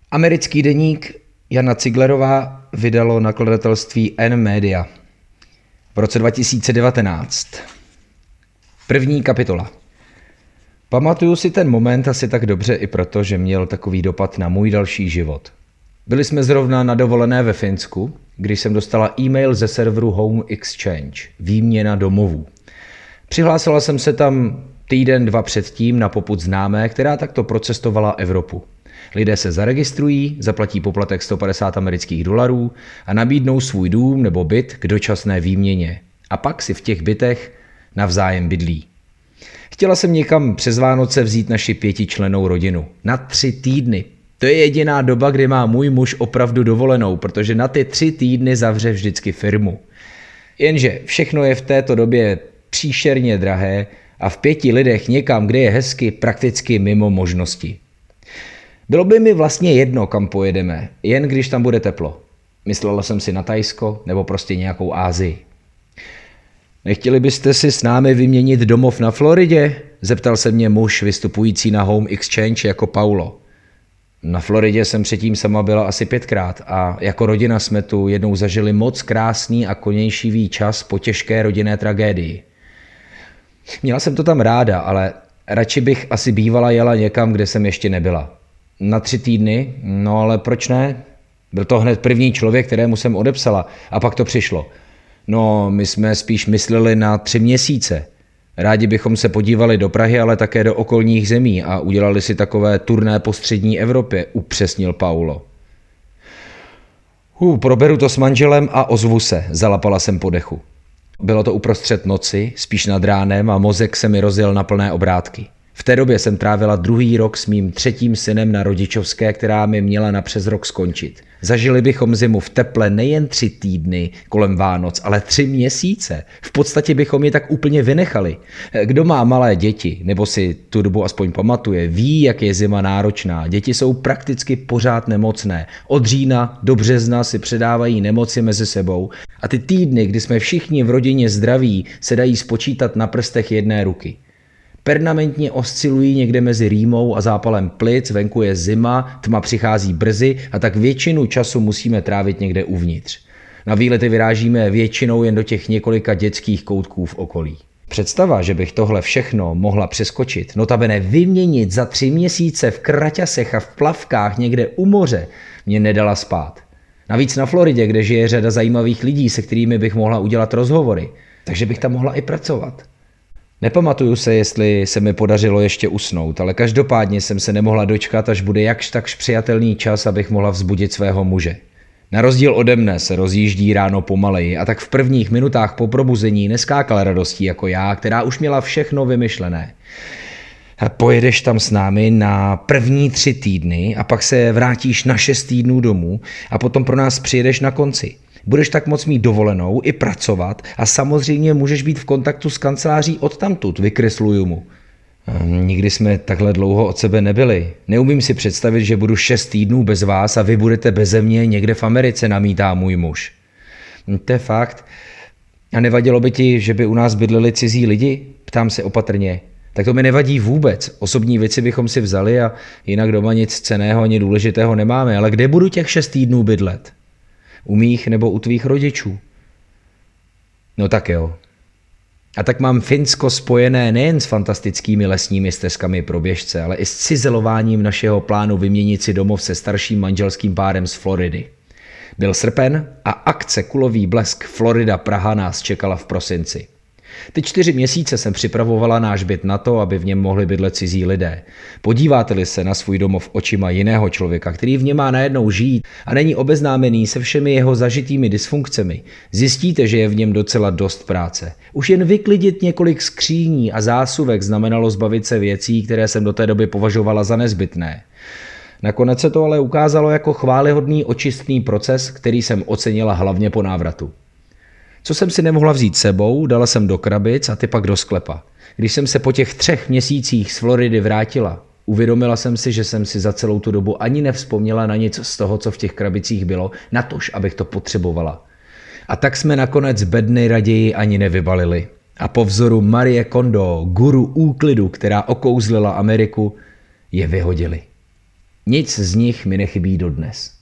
Americký deník Jana Ciglerová vydalo nakladatelství N-Media v roce 2019. První kapitola. Pamatuju si ten moment asi tak dobře i proto, že měl takový dopad na můj další život. Byli jsme zrovna na dovolené ve Finsku, když jsem dostala e-mail ze serveru Home Exchange, výměna domovů. Přihlásila jsem se tam týden, dva předtím na popud známé, která takto procestovala Evropu. Lidé se zaregistrují, zaplatí poplatek $150 a nabídnou svůj dům nebo byt k dočasné výměně. A pak si v těch bytech navzájem bydlí. Chtěla jsem někam přes Vánoce vzít naši 5člennou rodinu. Na 3 týdny. To je jediná doba, kdy má můj muž opravdu dovolenou, protože na ty 3 týdny zavře vždycky firmu. Jenže všechno je v této době příšerně drahé a v 5 lidech někam, kde je hezky, prakticky mimo možnosti. Bylo by mi vlastně jedno, kam pojedeme, jen když tam bude teplo. Myslela jsem si na Thajsko nebo prostě nějakou Asii. Nechtěli byste si s námi vyměnit domov na Floridě? Zeptal se mě muž vystupující na Home Exchange jako Paulo. Na Floridě jsem předtím sama byla asi 5krát a jako rodina jsme tu jednou zažili moc krásný a konějšivý čas po těžké rodinné tragédii. Měla jsem to tam ráda, ale radši bych asi bývala jela někam, kde jsem ještě nebyla. Na 3 týdny? No ale proč ne? Byl to hned první člověk, kterému jsem odepsala a pak to přišlo. No, my jsme spíš mysleli na 3 měsíce. Rádi bychom se podívali do Prahy, ale také do okolních zemí a udělali si takové turné po střední Evropě, upřesnil Paulo. Proberu to s manželem a ozvu se, zalapala jsem po dechu. Bylo to uprostřed noci, spíš nad ránem a mozek se mi rozjel na plné obrátky. V té době jsem trávila 2. rok s mým 3. synem na rodičovské, která mi měla na přes rok skončit. Zažili bychom zimu v teple nejen 3 týdny kolem Vánoc, ale 3 měsíce. V podstatě bychom je tak úplně vynechali. Kdo má malé děti, nebo si tu dobu aspoň pamatuje, ví, jak je zima náročná. Děti jsou prakticky pořád nemocné. Od října do března si předávají nemoci mezi sebou a ty týdny, kdy jsme všichni v rodině zdraví, se dají spočítat na prstech jedné ruky. Permanentně oscilují někde mezi rýmou a zápalem plic, venku je zima, tma přichází brzy a tak většinu času musíme trávit někde uvnitř. Na výlety vyrážíme většinou jen do těch několika dětských koutků v okolí. Představa, že bych tohle všechno mohla přeskočit, notabene vyměnit za 3 měsíce v kraťasech a v plavkách někde u moře, mě nedala spát. Navíc na Floridě, kde žije řada zajímavých lidí, se kterými bych mohla udělat rozhovory, takže bych tam mohla i pracovat. Nepamatuju se, jestli se mi podařilo ještě usnout, ale každopádně jsem se nemohla dočkat, až bude jakž takž přijatelný čas, abych mohla vzbudit svého muže. Na rozdíl ode mne se rozjíždí ráno pomaleji a tak v prvních minutách po probuzení neskákal radostí jako já, která už měla všechno vymyšlené. Pojedeš tam s námi na první 3 týdny a pak se vrátíš na 6 týdnů domů a potom pro nás přijedeš na konci. Budeš tak moc mít dovolenou i pracovat a samozřejmě můžeš být v kontaktu s kanceláří odtamtud, vykresluju mu. Nikdy jsme takhle dlouho od sebe nebyli. Neumím si představit, že budu 6 týdnů bez vás a vy budete beze mě někde v Americe, namítá můj muž. To je fakt. A nevadilo by ti, že by u nás bydleli cizí lidi? Ptám se opatrně. Tak to mi nevadí vůbec. Osobní věci bychom si vzali a jinak doma nic cenného ani důležitého nemáme. Ale kde budu těch 6 týdnů bydlet? U mých nebo u tvých rodičů? No tak jo. A tak mám Finsko spojené nejen s fantastickými lesními stezkami pro běžce, ale i s cizelováním našeho plánu vyměnit si domov se starším manželským párem z Floridy. Byl srpen a akce Kulový blesk Florida Praha nás čekala v prosinci. Ty 4 měsíce jsem připravovala náš byt na to, aby v něm mohli bydlet cizí lidé. Podíváte-li se na svůj domov očima jiného člověka, který v něm má najednou žít a není obeznámený se všemi jeho zažitými dysfunkcemi, zjistíte, že je v něm docela dost práce. Už jen vyklidit několik skříní a zásuvek znamenalo zbavit se věcí, které jsem do té doby považovala za nezbytné. Nakonec se to ale ukázalo jako chvályhodný očistný proces, který jsem ocenila hlavně po návratu. Co jsem si nemohla vzít sebou, dala jsem do krabic a ty pak do sklepa. Když jsem se po těch 3 měsících z Floridy vrátila, uvědomila jsem si, že jsem si za celou tu dobu ani nevzpomněla na nic z toho, co v těch krabicích bylo, natož abych to potřebovala. A tak jsme nakonec bedny raději ani nevybalili. A po vzoru Marie Kondo, guru úklidu, která okouzlila Ameriku, je vyhodili. Nic z nich mi nechybí dodnes.